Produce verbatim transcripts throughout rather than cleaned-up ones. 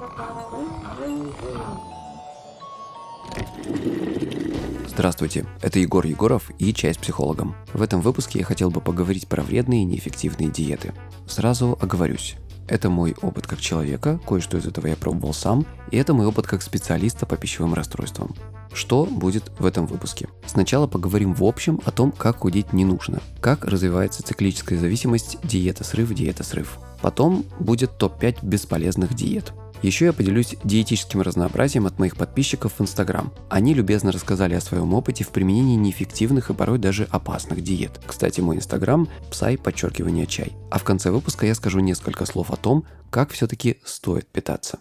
Здравствуйте, это Егор Егоров и «Чай с психологом». В этом выпуске я хотел бы поговорить про вредные и неэффективные диеты. Сразу оговорюсь. Это мой опыт как человека, кое-что из этого я пробовал сам, и это мой опыт как специалиста по пищевым расстройствам. Что будет в этом выпуске? Сначала поговорим в общем о том, как худеть не нужно, как развивается циклическая зависимость диета-срыв, диета-срыв. Потом будет топ пять бесполезных диет. Еще я поделюсь диетическим разнообразием от моих подписчиков в Инстаграм. Они любезно рассказали о своем опыте в применении неэффективных и порой даже опасных диет. Кстати, мой Инстаграм – псай, подчеркивание, чай. А в конце выпуска я скажу несколько слов о том, как все-таки стоит питаться.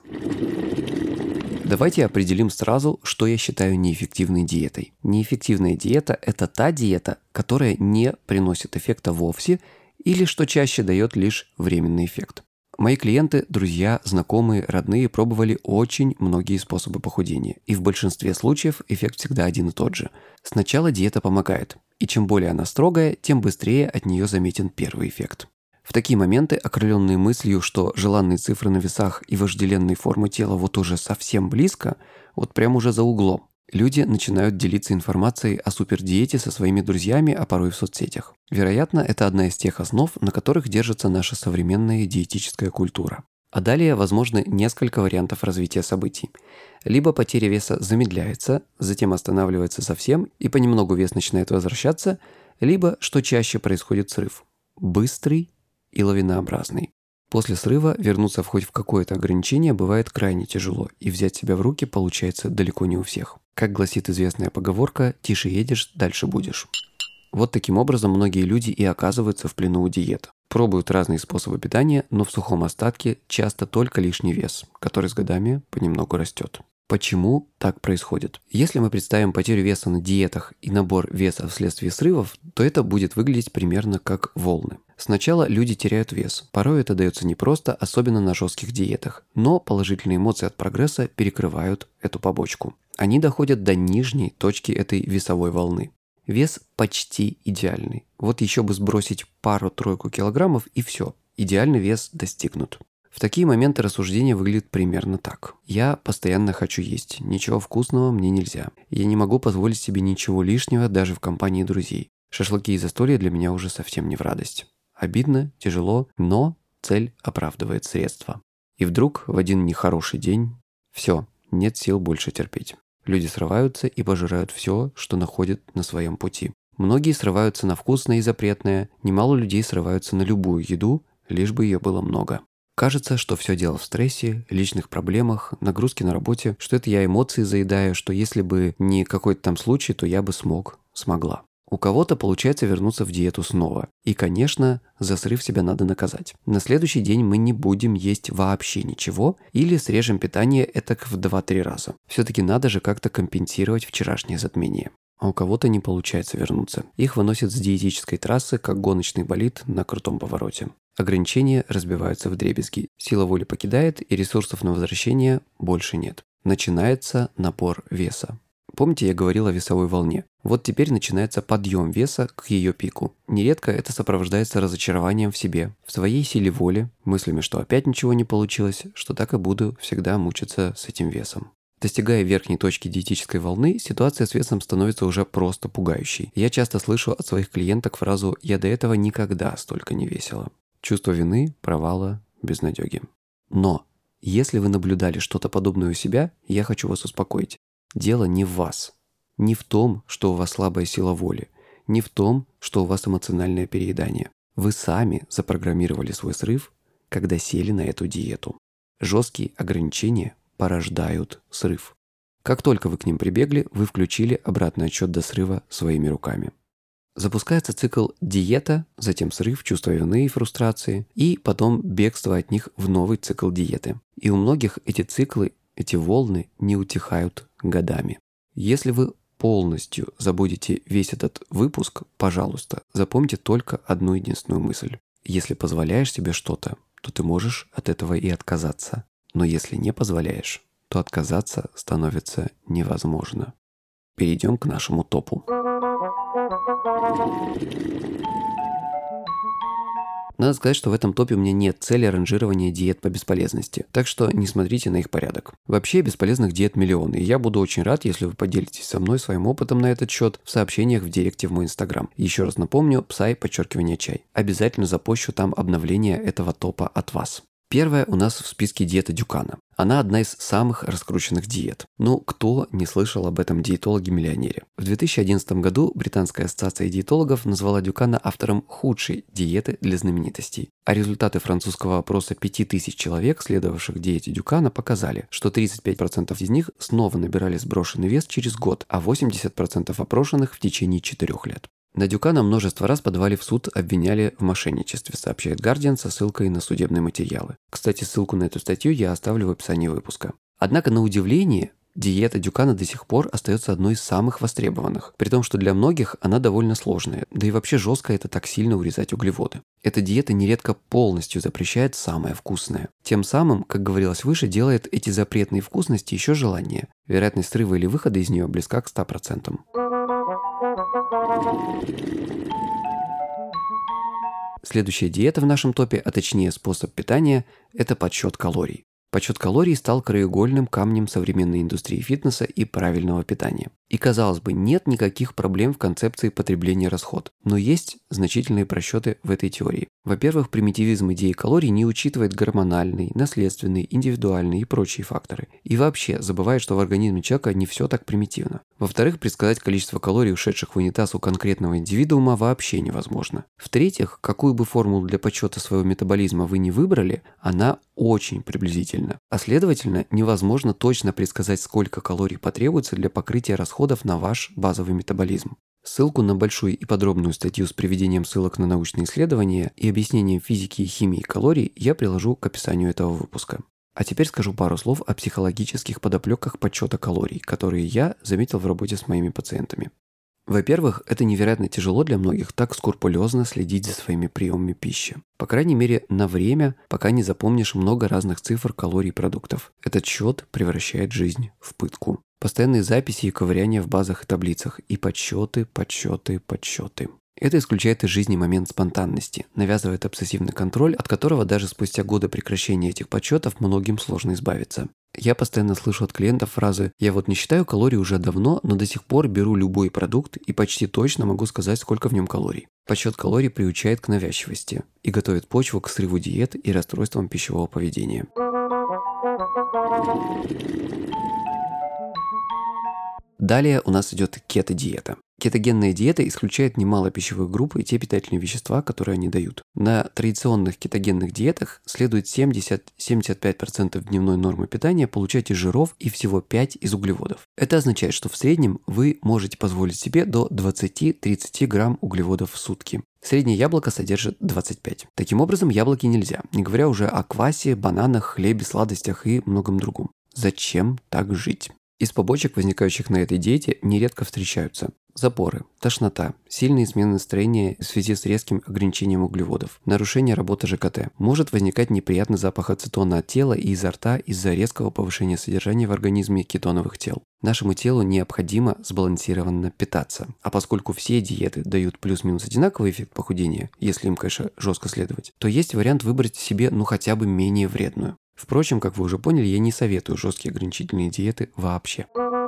Давайте определим сразу, что я считаю неэффективной диетой. Неэффективная диета – это та диета, которая не приносит эффекта вовсе или, что чаще, дает лишь временный эффект. Мои клиенты, друзья, знакомые, родные пробовали очень многие способы похудения, и в большинстве случаев эффект всегда один и тот же. Сначала диета помогает, и чем более она строгая, тем быстрее от нее заметен первый эффект. В такие моменты, окрыленные мыслью, что желанные цифры на весах и вожделенные формы тела вот уже совсем близко, вот прям уже за углом, люди начинают делиться информацией о супердиете со своими друзьями, а порой в соцсетях. Вероятно, это одна из тех основ, на которых держится наша современная диетическая культура. А далее, возможно, несколько вариантов развития событий. Либо потеря веса замедляется, затем останавливается совсем, и понемногу вес начинает возвращаться, либо, что чаще, происходит срыв. Быстрый и лавинообразный. После срыва вернуться в хоть в какое-то ограничение бывает крайне тяжело, и взять себя в руки получается далеко не у всех. Как гласит известная поговорка «тише едешь, дальше будешь». Вот таким образом многие люди и оказываются в плену у диет. Пробуют разные способы питания, но в сухом остатке часто только лишний вес, который с годами понемногу растет. Почему так происходит? Если мы представим потерю веса на диетах и набор веса вследствие срывов, то это будет выглядеть примерно как волны. Сначала люди теряют вес. Порой это дается непросто, особенно на жестких диетах. Но положительные эмоции от прогресса перекрывают эту побочку. Они доходят до нижней точки этой весовой волны. Вес почти идеальный. Вот еще бы сбросить пару-тройку килограммов и все. Идеальный вес достигнут. В такие моменты рассуждения выглядят примерно так. Я постоянно хочу есть, ничего вкусного мне нельзя. Я не могу позволить себе ничего лишнего даже в компании друзей. Шашлыки и застолья для меня уже совсем не в радость. Обидно, тяжело, но цель оправдывает средства. И вдруг в один нехороший день все, нет сил больше терпеть. Люди срываются и пожирают все, что находят на своем пути. Многие срываются на вкусное и запретное, немало людей срываются на любую еду, лишь бы ее было много. Кажется, что все дело в стрессе, личных проблемах, нагрузке на работе, что это я эмоции заедаю, что если бы не какой-то там случай, то я бы смог, смогла. У кого-то получается вернуться в диету снова. И, конечно, за срыв себя надо наказать. На следующий день мы не будем есть вообще ничего или срежем питание этак в два-три раза. Все-таки надо же как-то компенсировать вчерашнее затмение. А у кого-то не получается вернуться. Их выносят с диетической трассы, как гоночный болид на крутом повороте. Ограничения разбиваются вдребезги. Сила воли покидает, и ресурсов на возвращение больше нет. Начинается набор веса. Помните, я говорил о весовой волне? Вот теперь начинается подъем веса к ее пику. Нередко это сопровождается разочарованием в себе, в своей силе воли, мыслями, что опять ничего не получилось, что так и буду всегда мучиться с этим весом. Достигая верхней точки диетической волны, ситуация с весом становится уже просто пугающей. Я часто слышу от своих клиенток фразу «я до этого никогда столько не весила». Чувство вины, провала, безнадёги. Но если вы наблюдали что-то подобное у себя, я хочу вас успокоить. Дело не в вас, не в том, что у вас слабая сила воли, не в том, что у вас эмоциональное переедание. Вы сами запрограммировали свой срыв, когда сели на эту диету. Жесткие ограничения порождают срыв. Как только вы к ним прибегли, вы включили обратный отсчет до срыва своими руками. Запускается цикл диета, затем срыв, чувство вины и фрустрации, и потом бегство от них в новый цикл диеты. И у многих эти циклы, эти волны не утихают годами. Если вы полностью забудете весь этот выпуск, пожалуйста, запомните только одну единственную мысль. Если позволяешь себе что-то, то ты можешь от этого и отказаться. Но если не позволяешь, то отказаться становится невозможно. Перейдем к нашему топу. Надо сказать, что в этом топе у меня нет цели ранжирования диет по бесполезности, так что не смотрите на их порядок. Вообще бесполезных диет миллионы, и я буду очень рад, если вы поделитесь со мной своим опытом на этот счет в сообщениях в директе в мой инстаграм. Еще раз напомню, псай, подчеркивание чай. Обязательно запощу там обновление этого топа от вас. Первая у нас в списке диета Дюкана. Она одна из самых раскрученных диет. Ну, кто не слышал об этом диетологе-миллионере? В две тысячи одиннадцатом году Британская ассоциация диетологов назвала Дюкана автором худшей диеты для знаменитостей. А результаты французского опроса пяти тысяч человек, следовавших диете Дюкана, показали, что тридцать пять процентов из них снова набирали сброшенный вес через год, а восемьдесят процентов опрошенных в течение четырех лет. На Дюкана множество раз подавали в суд, обвиняли в мошенничестве, сообщает Guardian со ссылкой на судебные материалы. Кстати, ссылку на эту статью я оставлю в описании выпуска. Однако, на удивление, диета Дюкана до сих пор остается одной из самых востребованных, при том, что для многих она довольно сложная, да и вообще жестко это так сильно урезать углеводы. Эта диета нередко полностью запрещает самое вкусное. Тем самым, как говорилось выше, делает эти запретные вкусности еще желаннее. Вероятность срыва или выхода из нее близка к ста процентам. Следующая диета в нашем топе, а точнее способ питания, это подсчет калорий. Подсчет калорий стал краеугольным камнем современной индустрии фитнеса и правильного питания. И, казалось бы, нет никаких проблем в концепции потребления-расход, но есть значительные просчеты в этой теории. Во-первых, примитивизм идеи калорий не учитывает гормональный, наследственный, индивидуальный и прочие факторы. И вообще забывает, что в организме человека не все так примитивно. Во-вторых, предсказать количество калорий, ушедших в унитаз у конкретного индивидуума, вообще невозможно. В-третьих, какую бы формулу для подсчета своего метаболизма вы не выбрали, она очень приблизительна. А следовательно, невозможно точно предсказать, сколько калорий потребуется для покрытия расходов на ваш базовый метаболизм. Ссылку на большую и подробную статью с приведением ссылок на научные исследования и объяснением физики и химии калорий я приложу к описанию этого выпуска. А теперь скажу пару слов о психологических подоплеках подсчета калорий, которые я заметил в работе с моими пациентами. Во-первых, это невероятно тяжело для многих так скрупулезно следить за своими приемами пищи. По крайней мере, на время, пока не запомнишь много разных цифр калорий и продуктов. Этот счет превращает жизнь в пытку. Постоянные записи и ковыряния в базах и таблицах. И подсчеты, подсчеты, подсчеты. Это исключает из жизни момент спонтанности, навязывает обсессивный контроль, от которого даже спустя годы прекращения этих подсчетов многим сложно избавиться. Я постоянно слышу от клиентов фразы «Я вот не считаю калорий уже давно, но до сих пор беру любой продукт и почти точно могу сказать, сколько в нем калорий». Подсчет калорий приучает к навязчивости и готовит почву к срыву диет и расстройствам пищевого поведения. Далее у нас идет кето-диета. Кетогенная диета исключает немало пищевых групп и те питательные вещества, которые они дают. На традиционных кетогенных диетах следует семьдесят-семьдесят пять процентов дневной нормы питания получать из жиров и всего пять процентов из углеводов. Это означает, что в среднем вы можете позволить себе до двадцать-тридцать грамм углеводов в сутки. Среднее яблоко содержит двадцать пять. Таким образом, яблоки нельзя, не говоря уже о квасе, бананах, хлебе, сладостях и многом другом. Зачем так жить? Из побочек, возникающих на этой диете, нередко встречаются запоры, тошнота, сильные смены настроения в связи с резким ограничением углеводов, нарушение работы ЖКТ. Может возникать неприятный запах ацетона от тела и изо рта из-за резкого повышения содержания в организме кетоновых тел. Нашему телу необходимо сбалансированно питаться. А поскольку все диеты дают плюс-минус одинаковый эффект похудения, если им, конечно, жестко следовать, то есть вариант выбрать себе ну хотя бы менее вредную. Впрочем, как вы уже поняли, я не советую жесткие ограничительные диеты вообще.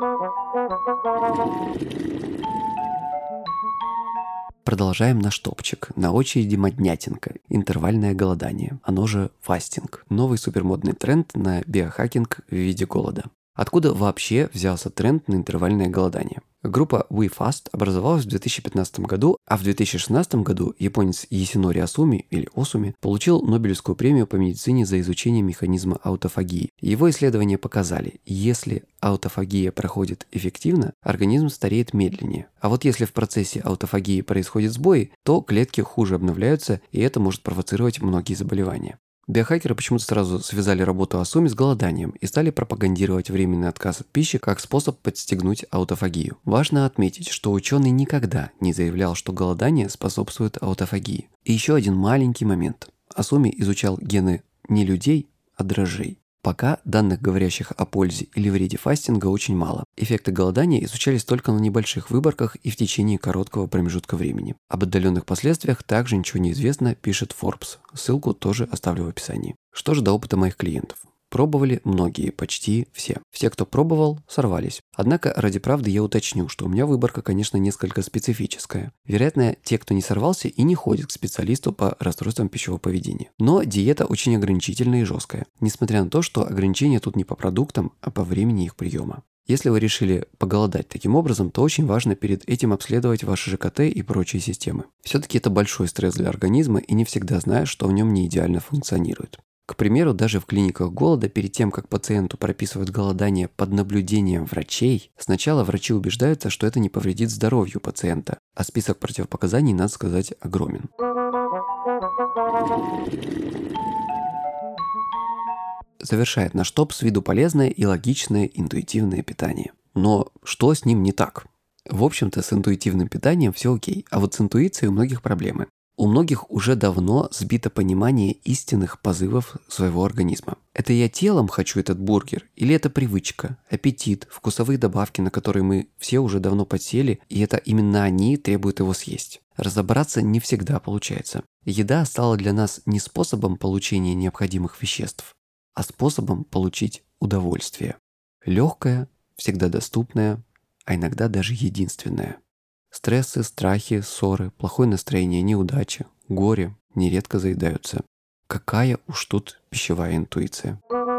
Продолжаем наш топчик. На очереди моднятинка, интервальное голодание, оно же фастинг. Новый супермодный тренд на биохакинг в виде голода. Откуда вообще взялся тренд на интервальное голодание? Группа WeFast образовалась в две тысячи пятнадцатом году, а в две тысячи шестнадцатом году японец Ясунори Асуми, или Осуми, получил Нобелевскую премию по медицине за изучение механизма аутофагии. Его исследования показали, если аутофагия проходит эффективно, организм стареет медленнее. А вот если в процессе аутофагии происходят сбои, то клетки хуже обновляются, и это может провоцировать многие заболевания. Биохакеры почему-то сразу связали работу Асуми с голоданием и стали пропагандировать временный отказ от пищи как способ подстегнуть аутофагию. Важно отметить, что ученый никогда не заявлял, что голодание способствует аутофагии. И еще один маленький момент. Асуми изучал гены не людей, а дрожжей. Пока данных, говорящих о пользе или вреде фастинга, очень мало. Эффекты голодания изучались только на небольших выборках и в течение короткого промежутка времени. Об отдаленных последствиях также ничего не известно, пишет Forbes. Ссылку тоже оставлю в описании. Что же до опыта моих клиентов? Пробовали многие, почти все. Все, кто пробовал, сорвались. Однако, ради правды я уточню, что у меня выборка, конечно, несколько специфическая. Вероятно, те, кто не сорвался и не ходит к специалисту по расстройствам пищевого поведения. Но диета очень ограничительная и жесткая, несмотря на то, что ограничения тут не по продуктам, а по времени их приема. Если вы решили поголодать таким образом, то очень важно перед этим обследовать ваш ЖКТ и прочие системы. Все-таки это большой стресс для организма, и не всегда знаешь, что в нем не идеально функционирует. К примеру, даже в клиниках голода перед тем, как пациенту прописывают голодание под наблюдением врачей, сначала врачи убеждаются, что это не повредит здоровью пациента, а список противопоказаний, надо сказать, огромен. Завершает наш топ с виду полезное и логичное интуитивное питание. Но что с ним не так? В общем-то, с интуитивным питанием все окей, а вот с интуицией у многих проблемы. У многих уже давно сбито понимание истинных позывов своего организма. Это я телом хочу этот бургер, или это привычка, аппетит, вкусовые добавки, на которые мы все уже давно подсели, и это именно они требуют его съесть. Разобраться не всегда получается. Еда стала для нас не способом получения необходимых веществ, а способом получить удовольствие. Легкое, всегда доступное, а иногда даже единственное. Стрессы, страхи, ссоры, плохое настроение, неудачи, горе нередко заедаются. Какая уж тут пищевая интуиция.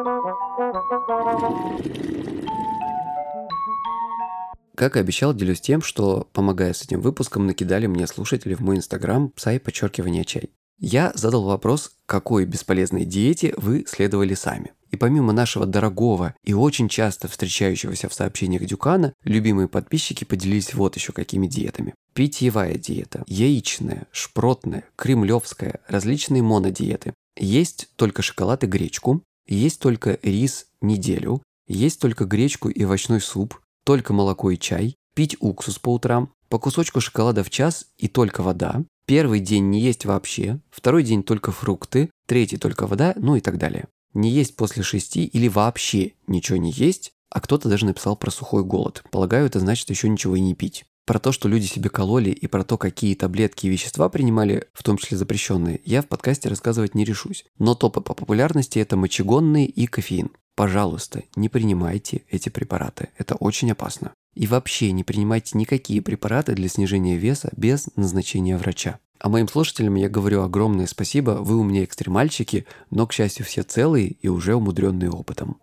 Как и обещал, делюсь тем, что, помогая с этим выпуском, накидали мне слушатели в мой инстаграм псай подчеркивание чай. Я задал вопрос, какой бесполезной диете вы следовали сами. И помимо нашего дорогого и очень часто встречающегося в сообщениях Дюкана, любимые подписчики поделились вот еще какими диетами. Питьевая диета, яичная, шпротная, кремлевская, различные монодиеты. Есть только шоколад и гречку, есть только рис неделю, есть только гречку и овощной суп, только молоко и чай, пить уксус по утрам, по кусочку шоколада в час и только вода. Первый день не есть вообще, второй день только фрукты, третий только вода, ну и так далее. Не есть после шести или вообще ничего не есть, а кто-то даже написал про сухой голод. Полагаю, это значит еще ничего и не пить. Про то, что люди себе кололи, и про то, какие таблетки и вещества принимали, в том числе запрещенные, я в подкасте рассказывать не решусь. Но топы по популярности – это мочегонные и кофеин. Пожалуйста, не принимайте эти препараты. Это очень опасно. И вообще не принимайте никакие препараты для снижения веса без назначения врача. А моим слушателям я говорю огромное спасибо, вы у меня экстремальщики, но, к счастью, все целые и уже умудренные опытом.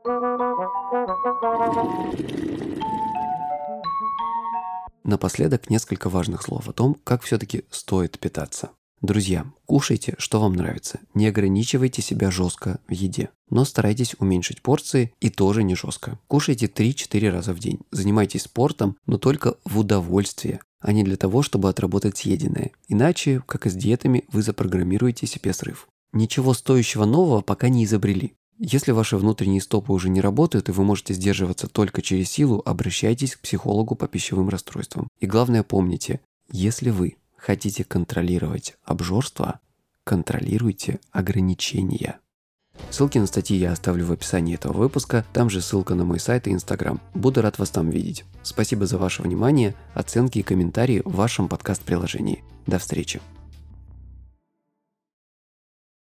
Напоследок несколько важных слов о том, как все-таки стоит питаться. Друзья, кушайте, что вам нравится. Не ограничивайте себя жестко в еде. Но старайтесь уменьшить порции и тоже не жестко. Кушайте три-четыре раза в день. Занимайтесь спортом, но только в удовольствие, а не для того, чтобы отработать съеденное. Иначе, как и с диетами, вы запрограммируете себе срыв. Ничего стоящего нового пока не изобрели. Если ваши внутренние стопы уже не работают и вы можете сдерживаться только через силу, обращайтесь к психологу по пищевым расстройствам. И главное помните, если вы хотите контролировать обжорство, контролируйте ограничения. Ссылки на статьи я оставлю в описании этого выпуска, там же ссылка на мой сайт и инстаграм. Буду рад вас там видеть. Спасибо за ваше внимание, оценки и комментарии в вашем подкаст-приложении. До встречи.